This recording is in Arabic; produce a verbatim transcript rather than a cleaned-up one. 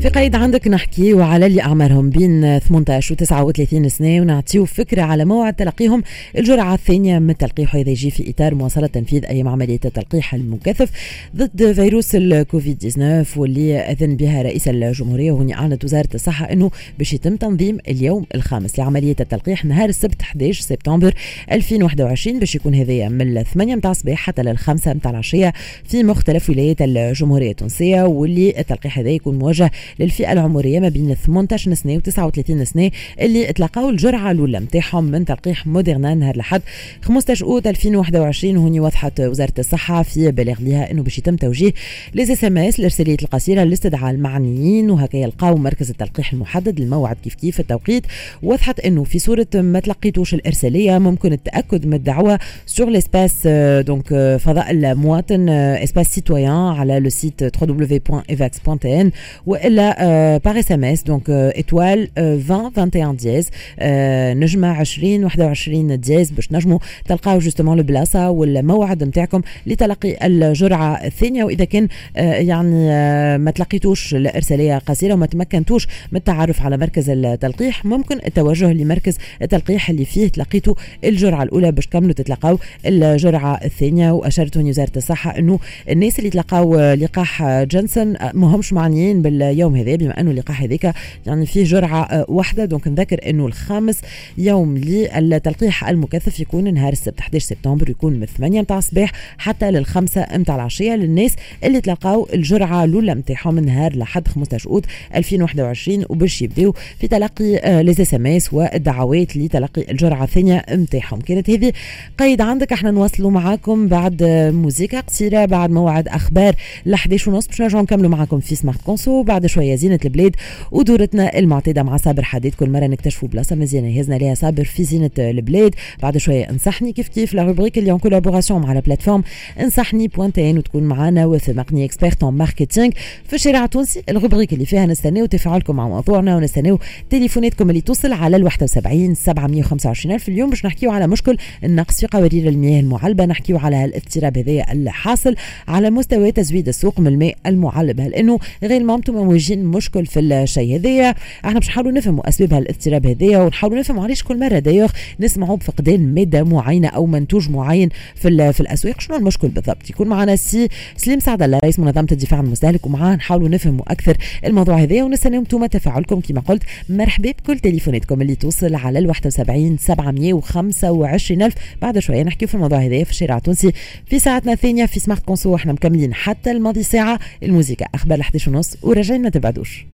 في قيد عندك نحكي وعلى اللي أعمارهم بين ثمانية عشر و تسعة وثلاثين سنة ونعطيو فكرة على موعد تلقيهم الجرعة الثانية من التلقيح، وهذا يجي في إطار مواصلة تنفيذ أي عملية التلقيح المكثف ضد فيروس الكوفيد تسعة عشر، واللي أذن بها رئيس الجمهورية. وهنا أعلنت وزارة الصحة أنه باش يتم تنظيم اليوم الخامس لعملية التلقيح نهار السبت أحد عشر سبتمبر ألفين وواحد وعشرين، باش يكون هذايا من الثمانية متاع الصباح حتى للخمسة متاع العشية في مختلف ولايات الجمهورية التونسية. واللي التلقيح هذا يكون موجه للفئة العمرية ما بين ثمانية عشر سنة و تسعة وثلاثين سنة اللي تلقاو الجرعة الأولى متاعهم من تلقيح موديرنا نهار الأحد خمسة عشر أوت ألفين وواحد وعشرين. وهني وضحت وزارة الصحة في بلاغ لها انه باش يتم توجيه لي اس ام اس الارساليه القصيره لاستدعاء المعنيين، وهكا يلقاو مركز التلقيح المحدد الموعد كيف كيف التوقيت. وضحت انه في صوره ما تلقيتوش الارساليه ممكن التاكد من الدعوه سور لاسباس دونك فضاء المواطن اسباس سيتويان على لو سيت دبليو دبليو دبليو بوان ايفاكس بوان تي ان والا بار اس ام اس دونك ايتوال عشرين واحد وعشرين دياز نجمه عشرين واحد وعشرين دياز باش نجموا تلقاو جوستومون البلاصه والموعد نتاعكم لتلقي الجرعه الثانيه. واذا كان يعني ما تلقيتوش الارساليه قصيره وما تمكنتوش من التعرف على مركز التلقيح، ممكن التوجه لمركز التلقيح اللي فيه تلقيتوا الجرعه الاولى باش تكملوا تتلقاو الجرعه الثانيه. واشارت وزاره الصحه انه الناس اللي تلقاو لقاح جونسون ما همش معنيين باليوم هذا، بما انه اللقاح هذاك يعني فيه جرعه واحده. دونك نذكر انه الخامس يوم للتلقيح المكثف يكون نهار السبت أحد عشر سبتمبر، يكون من ثمانية متاع الصباح حتى للخمسة متاع العشيه للناس اللي تلقاو الجرعه الاولى نتاعهم نهار لحد خمسة عشر أوت ألفين وواحد وعشرين، وباش يبداو في تلقي لي اس ام اس والدعوات لتلقي الجرعه الثانيه نتاعهم. كانت هذه قيد عندك. احنا نواصلوا معاكم بعد موسيقى قصيره، بعد موعد اخبار ل أحد عشر ونص باش نرجعوا نكملوا معاكم في سمارت كونسو. بعد شويه زينه البلاد ودورتنا المعتاده مع صابر حديد، كل مره نكتشفوا بلاصه مزيانه يهزنا ليها صابر في زينه البلاد. بعد شويه انصحني كيف كيف لا روبريك اللي اون كولابوراسيون مع لا بلاتفورم انصحني بوان تي ان، وتكون معنا وثمقني اكسبيرت ان ماركتينغ في الشارع التونسي، الروبريك اللي فيها نستناو تفاعلكم مع موضوعنا ونستناو تليفوناتكم اللي توصل على الواحد وسبعين سبعمية وخمسة وعشرين ألف. اليوم باش نحكيو على مشكل النقص في قوارير المياه المعلبه، نحكيو على هالاضطراب هذايا اللي حاصل على مستوى تزويد السوق من الماء المعلب. هل انه غير مامتم مواجهين مشكل في الشيء هذايا؟ احنا باش نحاولوا نفهموا اسباب هالاضطراب هذايا، ونحاولوا نفهموا علاش كل مره دايوغ نسمعوا بفقدان ماده معينه او منتوج معين في في الاسواق. شنو المشكل بالضبط؟ يكون معنا سي سليم سعد الله رئيس منظمه الدفاع عن المستهلك، ومعاه نحاولوا نفهموا اكثر الموضوع هذايا ونستناو انتم تفاعلكم. كما قلت مرحبا بكل تليفوناتكم اللي توصل على الواحد وسبعين سبعمية وخمسة وعشرين ألف. بعد شويه نحكيو في الموضوع هذايا في الشارع التونسي في ساعتنا الثانيه في سمارت كونسو. احنا مكملين حتى الماضي ساعه الموسيقى اخبار ل أحد عشر ونص وراجعين، ما تبعدوش.